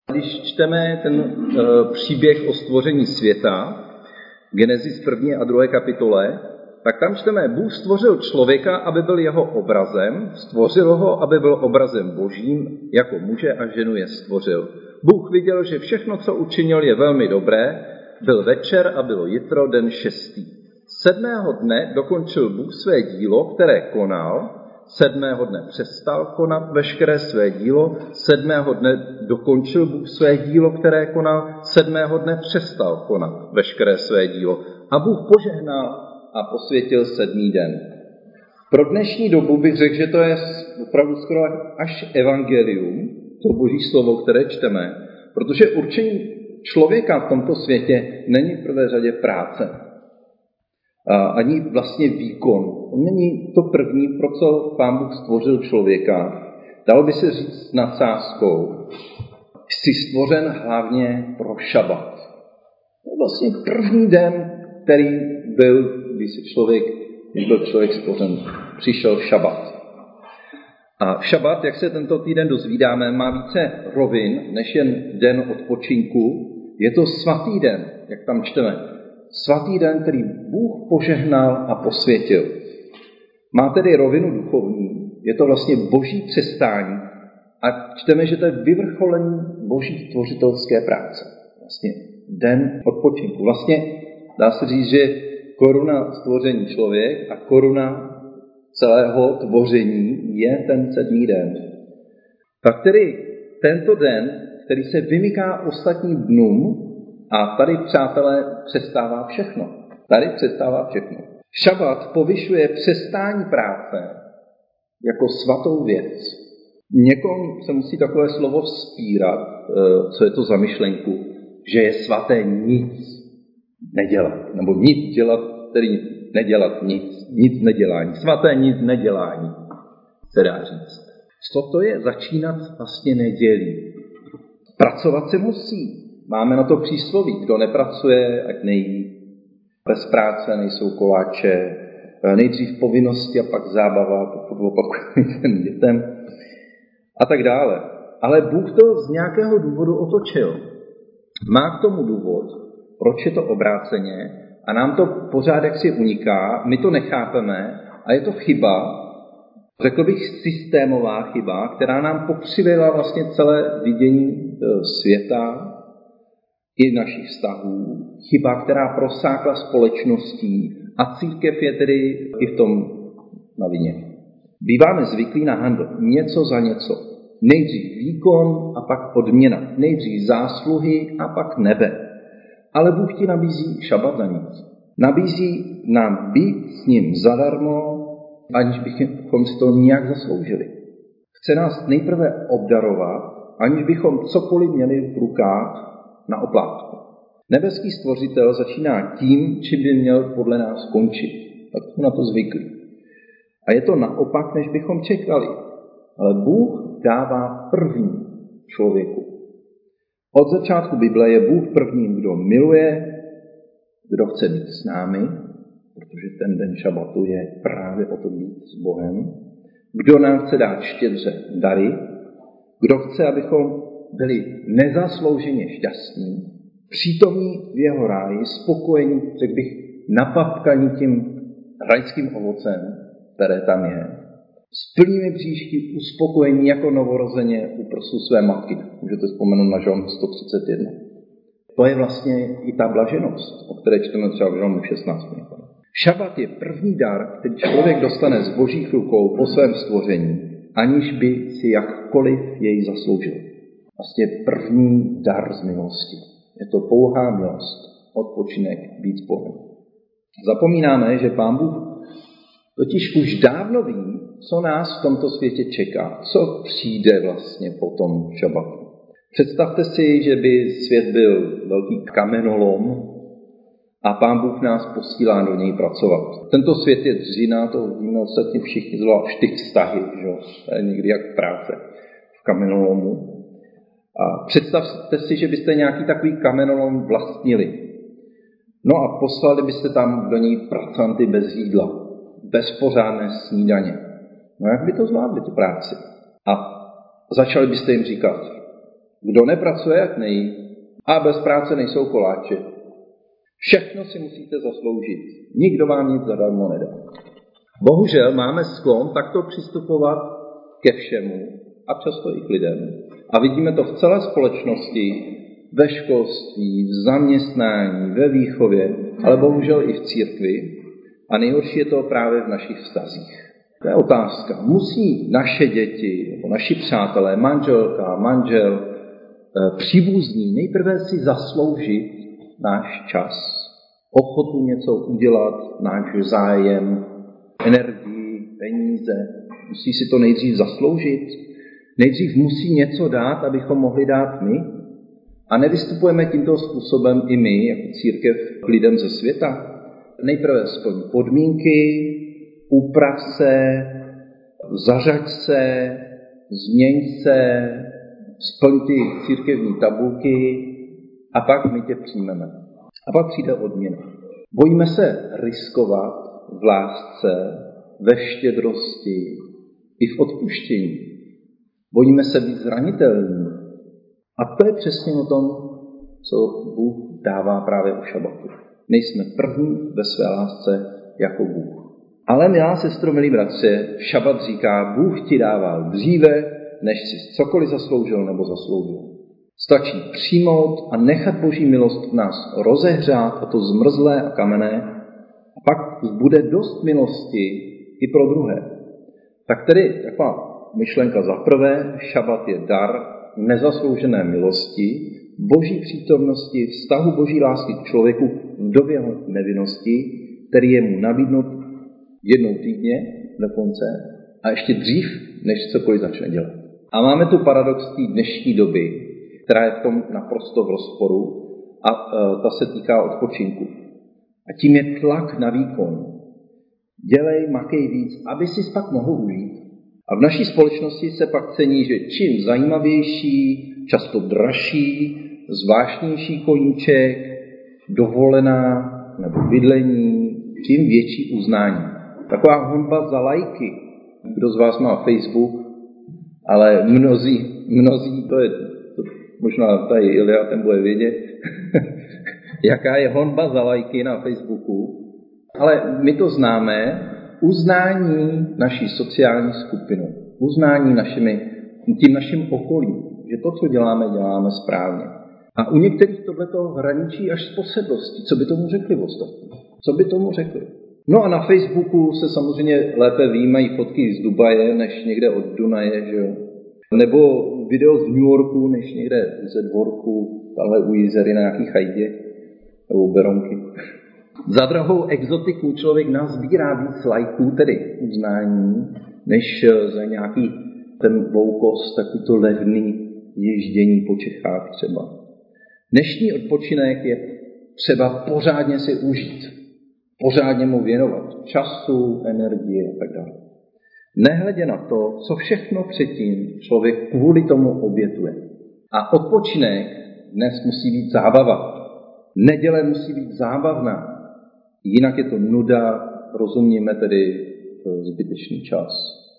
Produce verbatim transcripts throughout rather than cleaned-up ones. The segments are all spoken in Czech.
Když čteme ten uh, příběh o stvoření světa, Genesis první a druhé kapitole, tak tam čteme, Bůh stvořil člověka, aby byl jeho obrazem, stvořil ho, aby byl obrazem božím, jako muže a ženu je stvořil. Bůh viděl, že všechno, co učinil, je velmi dobré, byl večer a bylo jitro, den šestý. Sedmého dne dokončil Bůh své dílo, které konal, sedmého dne přestal konat veškeré své dílo, sedmého dne dokončil Bůh své dílo, které konal, sedmého dne přestal konat veškeré své dílo. A Bůh požehnal a posvětil sedmý den. Pro dnešní dobu bych řekl, že to je opravdu skoro až evangelium, to boží slovo, které čteme, protože určení člověka v tomto světě není v prvé řadě práce. A ani vlastně výkon. To není to první, pro co Pán Bůh stvořil člověka. Dalo by se říct s nadsázkou, jsi stvořen hlavně pro šabat. To je vlastně první den, který byl, když si člověk, když byl člověk stvořen, přišel šabat. A šabat, jak se tento týden dozvídáme, má více rovin, než jen den odpočinku. Je to svatý den, jak tam čteme. Svatý den, který Bůh požehnal a posvětil. Má tedy rovinu duchovní, je to vlastně boží přestání a čteme, že to je vyvrcholení boží tvořitelské práce. Vlastně den odpočinku. Vlastně dá se říct, že koruna stvoření člověk a koruna celého tvoření je ten sedmý den. Tak tedy tento den, který se vymyká ostatním dnům, a tady, přátelé, přestává všechno. Tady přestává všechno. Šabat povyšuje přestání práce jako svatou věc. Někomu se musí takové slovo vzpírat, co je to za myšlenku, že je svaté nic nedělat. Nebo nic dělat, tedy nedělat nic. Nic nedělání. Svaté nic nedělání, se dá říct. Co to je začínat vlastně nedělí? Pracovat se musí. Máme na to přísloví, kdo nepracuje, ať nejí. Bez práce nejsou koláče, nejdřív povinnosti a pak zábava, to opakují těm dětem a tak dále. Ale Bůh to z nějakého důvodu otočil. Má k tomu důvod, proč je to obráceně a nám to pořád jaksi uniká, my to nechápeme a je to chyba, řekl bych systémová chyba, která nám pokřivila vlastně celé vidění světa, i našich vztahů, chyba, která prosákla společností a církev je tedy i v tom na vině. Býváme zvyklí na handl něco za něco. Nejdřív výkon a pak odměna. Nejdřív zásluhy a pak nebe. Ale Bůh ti nabízí šabat za nic. Nabízí nám být s ním zadarmo, aniž bychom si to nějak zasloužili. Chce nás nejprve obdarovat, aniž bychom cokoliv měli v rukách na oplátku. Nebeský stvořitel začíná tím, čím by měl podle nás skončit. Tak jsme na to zvyklí. A je to naopak, než bychom čekali. Ale Bůh dává první člověku. Od začátku Bible je Bůh prvním, kdo miluje, kdo chce být s námi, protože ten den šabatu je právě o to být s Bohem. Kdo nám chce dát štědře dary, kdo chce, abychom byli nezaslouženě šťastní, přítomní v jeho ráji, spokojení, řekl bych, napapkaní tím rajským ovocem, které tam je, s plnými bříšky, uspokojení jako novorozeně u prsu své matky. Můžete vzpomenout na Žalm sto třicet jedna. To je vlastně i ta blaženost, o které čteme třeba v Žalmu šestnáct. Šabat je první dar, který člověk dostane z božích rukou po svém stvoření, aniž by si jakkoliv jej zasloužil. Vlastně první dar z milosti. Je to pouhá milost, odpočinek, být s Bohem. Zapomínáme, že Pán Bůh totiž už dávno ví, co nás v tomto světě čeká, co přijde vlastně po tom šabatu. Představte si, že by svět byl velký kamenolom a Pán Bůh nás posílá do něj pracovat. Tento svět je dřina, to víme ostatně všichni, zvlášť ty vztahy, že? To je někdy jak práce v kamenolomu. A představte si, že byste nějaký takový kamenolom vlastnili. No a poslali byste tam do něj pracanty bez jídla, bez pořádné snídaně. No jak by to zvládli, tu práci? A začali byste jim říkat, Kdo nepracuje, jak nejí, a bez práce nejsou koláče. Všechno si musíte zasloužit. Nikdo vám nic zadarmo nedá. Bohužel máme sklon takto přistupovat ke všemu a často i k lidem. A vidíme to v celé společnosti, ve školství, v zaměstnání, ve výchově, ale bohužel i v církvi. A nejhorší je to právě v našich vztazích. To je otázka. Musí naše děti, nebo naši přátelé, manželka, manžel, příbuzní nejprve si zasloužit náš čas, ochotu něco udělat, náš zájem, energii, peníze. Musí si to nejdřív zasloužit. Nejdřív musí něco dát, abychom mohli dát my. A nevystupujeme tímto způsobem i my, jako církev, k lidem ze světa. Nejprve splň podmínky, uprav se, zařaď se, změň se, splň ty církevní tabulky a pak my tě přijmeme. A pak přijde odměna. Bojíme se riskovat v lásce, ve štědrosti i v odpuštění. Bojíme se být zranitelní. A to je přesně o tom, co Bůh dává právě o šabatu. Nejsme první ve své lásce jako Bůh. Ale milá sestro, milí bratře, šabat říká, Bůh ti dává dříve, než si cokoliv zasloužil nebo zasloužil. Stačí přijmout a nechat Boží milost v nás rozehřát, a to zmrzlé a kamenné, a pak bude dost milosti i pro druhé. Tak tedy taková myšlenka za prvé, šabat je dar nezasloužené milosti, Boží přítomnosti, vztahu Boží lásky k člověku v době nevinnosti, který je mu nabídnut jednou týdně dokonce a ještě dřív, než cokoliv začne dělat. A máme tu paradox té dnešní doby, která je v tom naprosto v rozporu a e, ta se týká odpočinku. A tím je tlak na výkon. Dělej, makej víc, aby si pak mohl užít. A v naší společnosti se pak cení, že čím zajímavější, často dražší, zvláštnější koníček, dovolená nebo bydlení, tím větší uznání. Taková honba za lajky. Kdo z vás má Facebook, ale mnozí, mnozí, to je, to možná tady Ilja, ten bude vědět, jaká je honba za lajky na Facebooku. Ale my to známe, uznání naší sociální skupiny, uznání našimi, tím naším okolím, že to, co děláme, děláme správně. A u některých tohleto hraničí až s posedlostí. Co by tomu řekli ostatní? Co by tomu řekli? No a na Facebooku se samozřejmě lépe vyjímají fotky z Dubaje, než někde od Dunaje, že jo? Nebo video z New Yorku, než někde ze dvorku, tahle u Jizery na nějaký chajdě, nebo Beronky. Za drahou exotiku člověk nazbírá víc lajků, tedy uznání, než za nějaký ten voukost, takový to levný ježdění po Čechách třeba. Dnešní odpočinek je třeba pořádně si užít, pořádně mu věnovat času, energie a tak dále. Nehledě na to, co všechno předtím člověk kvůli tomu obětuje. A odpočinek dnes musí být zábava. Neděle musí být zábavná. Jinak je to nuda, rozumíme tedy zbytečný čas.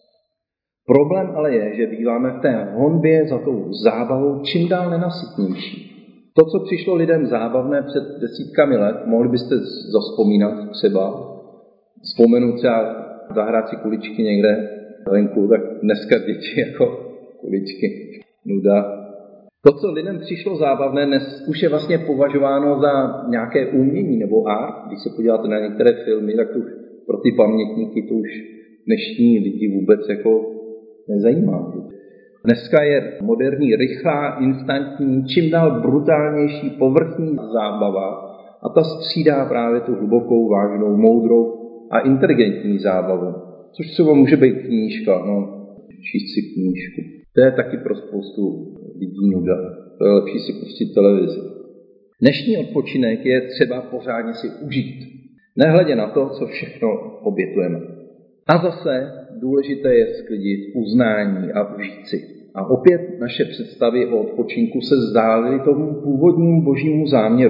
Problém ale je, že býváme v té honbě za tou zábavou čím dál nenasytnější. To, co přišlo lidem zábavné před desítkami let, mohli byste zavzpomínat třeba, vzpomenout třeba zahrát si kuličky někde venku, tak dneska děti jako kuličky, nuda. To, co lidem přišlo zábavné, dnes už je vlastně považováno za nějaké umění nebo art. Když se podíváte na některé filmy, tak to už pro ty pamětníky to už dnešní lidi vůbec jako nezajímá. Dneska je moderní, rychlá, instantní, čím dál brutálnější, povrchní zábava a ta střídá právě tu hlubokou, vážnou, moudrou a inteligentní zábavu. Což třeba může být knížka, no, číst si knížku. To je taky pro spoustu lidí nuda. To je lepší si pustit televizi. Dnešní odpočinek je třeba pořádně si užít. Nehledě na to, co všechno obětujeme. A zase důležité je sklidit uznání a užít si. A opět naše představy o odpočinku se vzdálily tomu původnímu božímu záměru.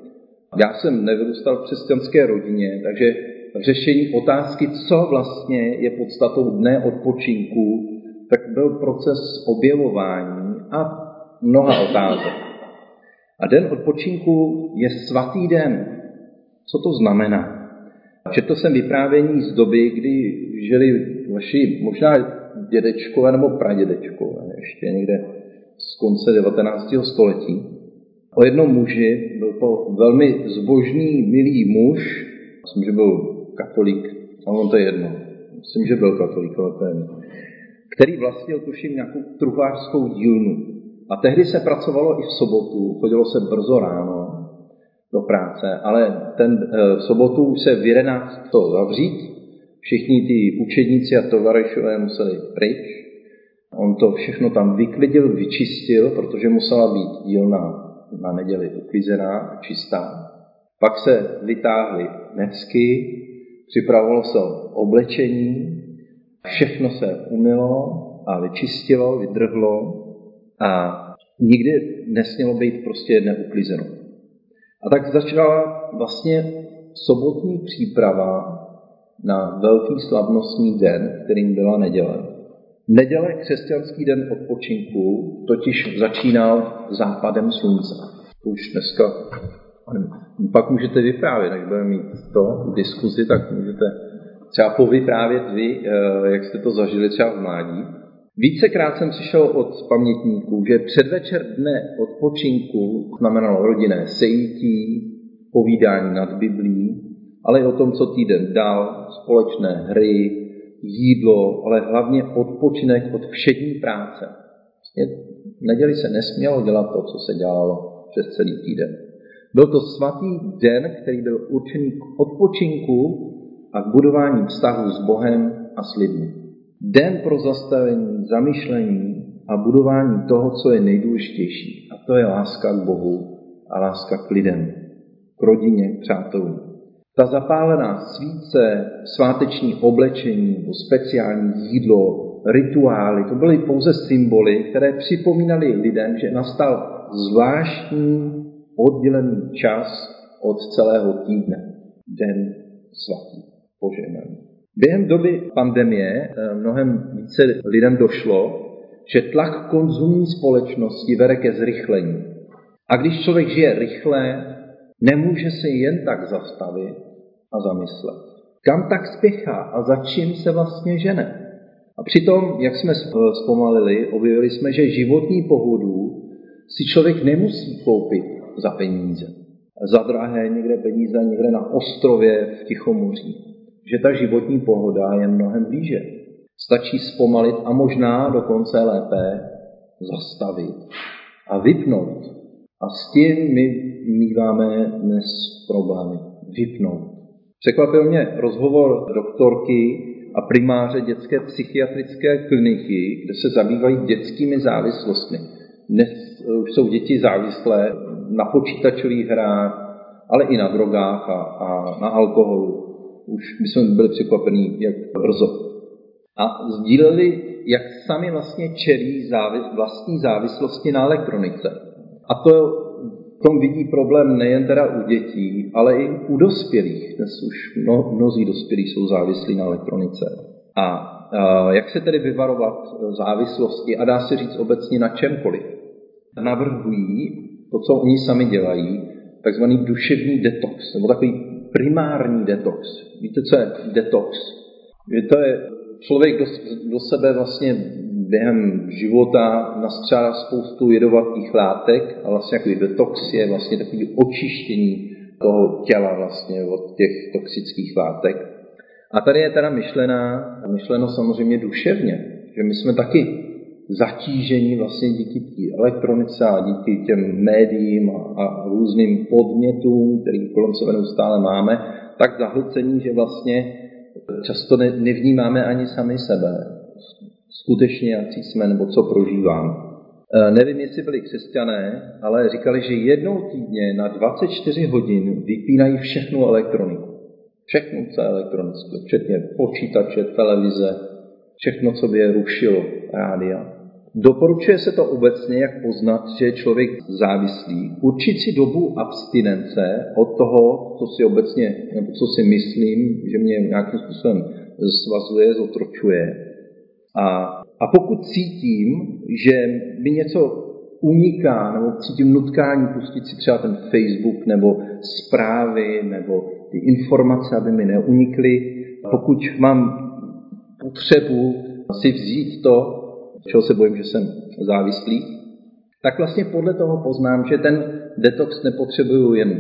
Já jsem nevyrůstal v křesťanské rodině, takže řešení otázky, co vlastně je podstatou dne odpočinku, tak byl proces objevování a mnoha otázek. A den odpočinku je svatý den. Co to znamená? Četl jsem vyprávění z doby, kdy žili vaši možná dědečkové nebo pradědečkové, ještě někde z konce devatenáctého století. O jednom muži, byl to velmi zbožný, milý muž, myslím, že byl katolík, ale on to je jedno, myslím, že byl katolík, ale to je jedno, který vlastnil, tuším, nějakou truhlářskou dílnu. A tehdy se pracovalo i v sobotu, chodilo se brzo ráno do práce, ale ten v sobotu už se v jedenáct to zavřít, všichni ty učedníci a tovaryšové museli pryč. On to všechno tam vyklidil, vyčistil, protože musela být dílna na neděli uklizená a čistá. Pak se vytáhly nevsky, připravovalo se oblečení, všechno se umylo a vyčistilo, vydrhlo a nikdy nesmělo být prostě neuklizeno. A tak začala vlastně sobotní příprava na velký slavnostní den, kterým byla neděle. Neděle, křesťanský den odpočinku, totiž začínal západem slunce. To už dneska, pak můžete vyprávět, až budeme mít to diskuzi, tak můžete třeba povyprávět vy, jak jste to zažili třeba v mládí. Vícekrát jsem slyšel od pamětníků, že předvečer dne odpočinku znamenalo rodinné sejítí, povídání nad Biblí, ale i o tom, co týden dal, společné hry, jídlo, ale hlavně odpočinek od všední práce. V neděli se nesmělo dělat to, co se dělalo přes celý týden. Byl to svatý den, který byl určený k odpočinku a k budování vztahu s Bohem a s lidmi. Den pro zastavení, zamyšlení a budování toho, co je nejdůležitější. A to je láska k Bohu a láska k lidem, k rodině, k přátelům. Ta zapálená svíce, sváteční oblečení, speciální jídlo, rituály, to byly pouze symboly, které připomínaly lidem, že nastal zvláštní oddělený čas od celého týdne. Den svatý, požehnaný. Během doby pandemie mnohem více lidem došlo, že tlak konzumní společnosti vede ke zrychlení. A když člověk žije rychle, nemůže se jen tak zastavit a zamyslet. Kam tak spěchá a za čím se vlastně žene? A přitom, jak jsme zpomalili, objevili jsme, že životní pohodu si člověk nemusí koupit za peníze. Za drahé někde peníze, někde na ostrově v Tichomoří. Že ta životní pohoda je mnohem blíže. Stačí zpomalit a možná dokonce lépe zastavit a vypnout. A s tím my míváme dnes problémy. Vypnout. Překvapil mě rozhovor doktorky a primáře dětské psychiatrické kliniky, kde se zabývají dětskými závislostmi. Dnes už jsou děti závislé na počítačových hrách, ale i na drogách a, a na alkoholu. Už bychom byli překvapení, jak brzo. A sdíleli, jak sami vlastně čelí závis, vlastní závislosti na elektronice. A to v tom vidí problém nejen teda u dětí, ale i u dospělých. Dnes už mno, mnozí dospělí jsou závislí na elektronice. A, a jak se tedy vyvarovat závislosti, a dá se říct obecně na čemkoliv. Navrhují to, co oni sami dělají, takzvaný duševní detox, nebo takový primární detox. Víte, co je detox? Že to je člověk do, do sebe vlastně během života nastřádá spoustu jedovatých látek a vlastně jako detox je vlastně takový očištění toho těla vlastně od těch toxických látek. A tady je teda myšlená, myšleno samozřejmě duševně, že my jsme taky zatížení vlastně díky té elektronice a díky těm médiím a, a různým podnětům, který kolem sebe neustále máme, tak zahlcení, že vlastně často ne, nevnímáme ani sami sebe. Skutečně, jak jsme, nebo co prožíváme. E, nevím, jestli byli křesťané, ale říkali, že jednou týdně na dvacet čtyři hodin vypínají všechnu elektroniku. Všechno, co je elektronické, včetně počítače, televize, všechno, co by je rušilo, rádia. Doporučuje se to obecně, jak poznat, že je člověk závislý. Určit si dobu abstinence od toho, co si obecně, nebo co si myslím, že mě nějakým způsobem svazuje, zotročuje. A, a pokud cítím, že mi něco uniká, nebo cítím nutkání pustit si třeba ten Facebook, nebo zprávy, nebo ty informace, aby mi neunikly. Pokud mám potřebu si vzít to, čeho se bojím, že jsem závislý, tak vlastně podle toho poznám, že ten detox nepotřebuju jen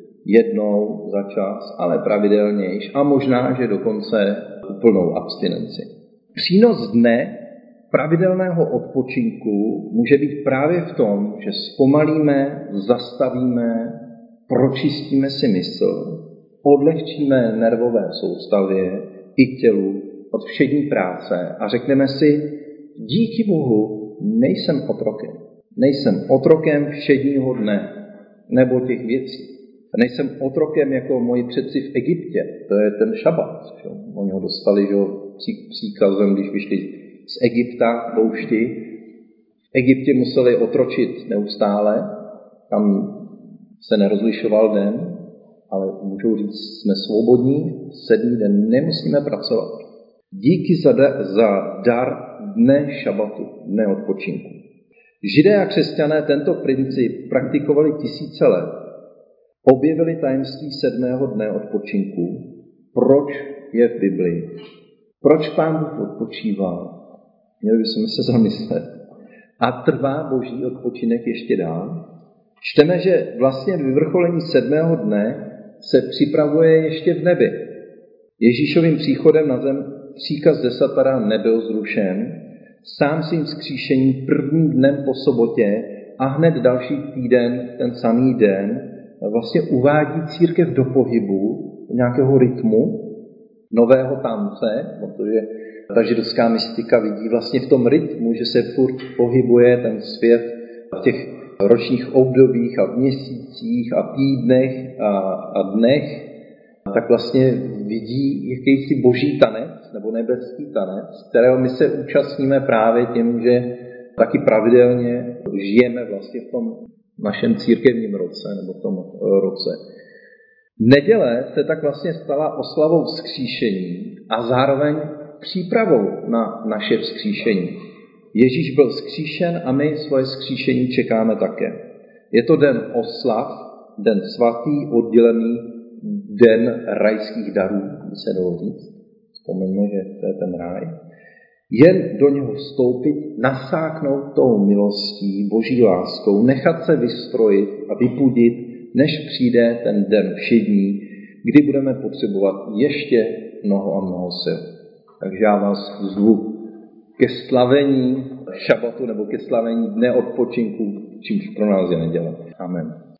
jednou za čas, ale pravidelnější a možná, že dokonce úplnou abstinenci. Přínos dne pravidelného odpočinku může být právě v tom, že zpomalíme, zastavíme, pročistíme si mysl, odlehčíme nervové soustavě i tělu od všední práce a řekneme si, díky Bohu nejsem otrokem. Nejsem otrokem všedního dne nebo těch věcí. Nejsem otrokem jako moji předci v Egyptě. To je ten šabat. Že? Oni ho dostali že? Příkazem, když vyšli z Egypta v poušti. V Egyptě museli otročit neustále. Tam se nerozlišoval den, ale můžou říct, jsme svobodní, sedmý den nemusíme pracovat. Díky za, da, za dar dne šabatu, dne odpočinku. Židé a křesťané tento princip praktikovali tisíce let. Objevili tajemství sedmého dne odpočinku. Proč je v Biblii? Proč Pán Bůh odpočíval? Měli bychom se zamyslet. A trvá boží odpočinek ještě dál? Čteme, že vlastně vyvrcholení sedmého dne se připravuje ještě v nebi. Ježíšovým příchodem na zem příkaz desatera nebyl zrušen, sám svým vzkříšením prvním dnem po sobotě a hned další týden, ten samý den, vlastně uvádí církev do pohybu, nějakého rytmu, nového tance, protože ta židovská mystika vidí vlastně v tom rytmu, že se furt pohybuje ten svět v těch ročních obdobích a měsících a týdnech a, a dnech, tak vlastně vidí jakýsi boží tanec nebo nebeský tanec, kterého my se účastníme právě tím, že taky pravidelně žijeme vlastně v tom našem církevním roce nebo v tom roce. Neděle se tak vlastně stala oslavou vzkříšení a zároveň přípravou na naše vzkříšení. Ježíš byl vzkříšen a my svoje vzkříšení čekáme také. Je to den oslav, den svatý, oddělený, den rajských darů, by se dalo říct. Vzpomeňme, že to je ten ráj. Jen do něho vstoupit, nasáknout tou milostí, boží láskou, nechat se vystrojit a vypudit, než přijde ten den všední, kdy budeme potřebovat ještě mnoho a mnoho sil. Takže já vás zvu ke slavení šabatu nebo ke slavení dne odpočinku, čímž pro nás je neděle. Amen.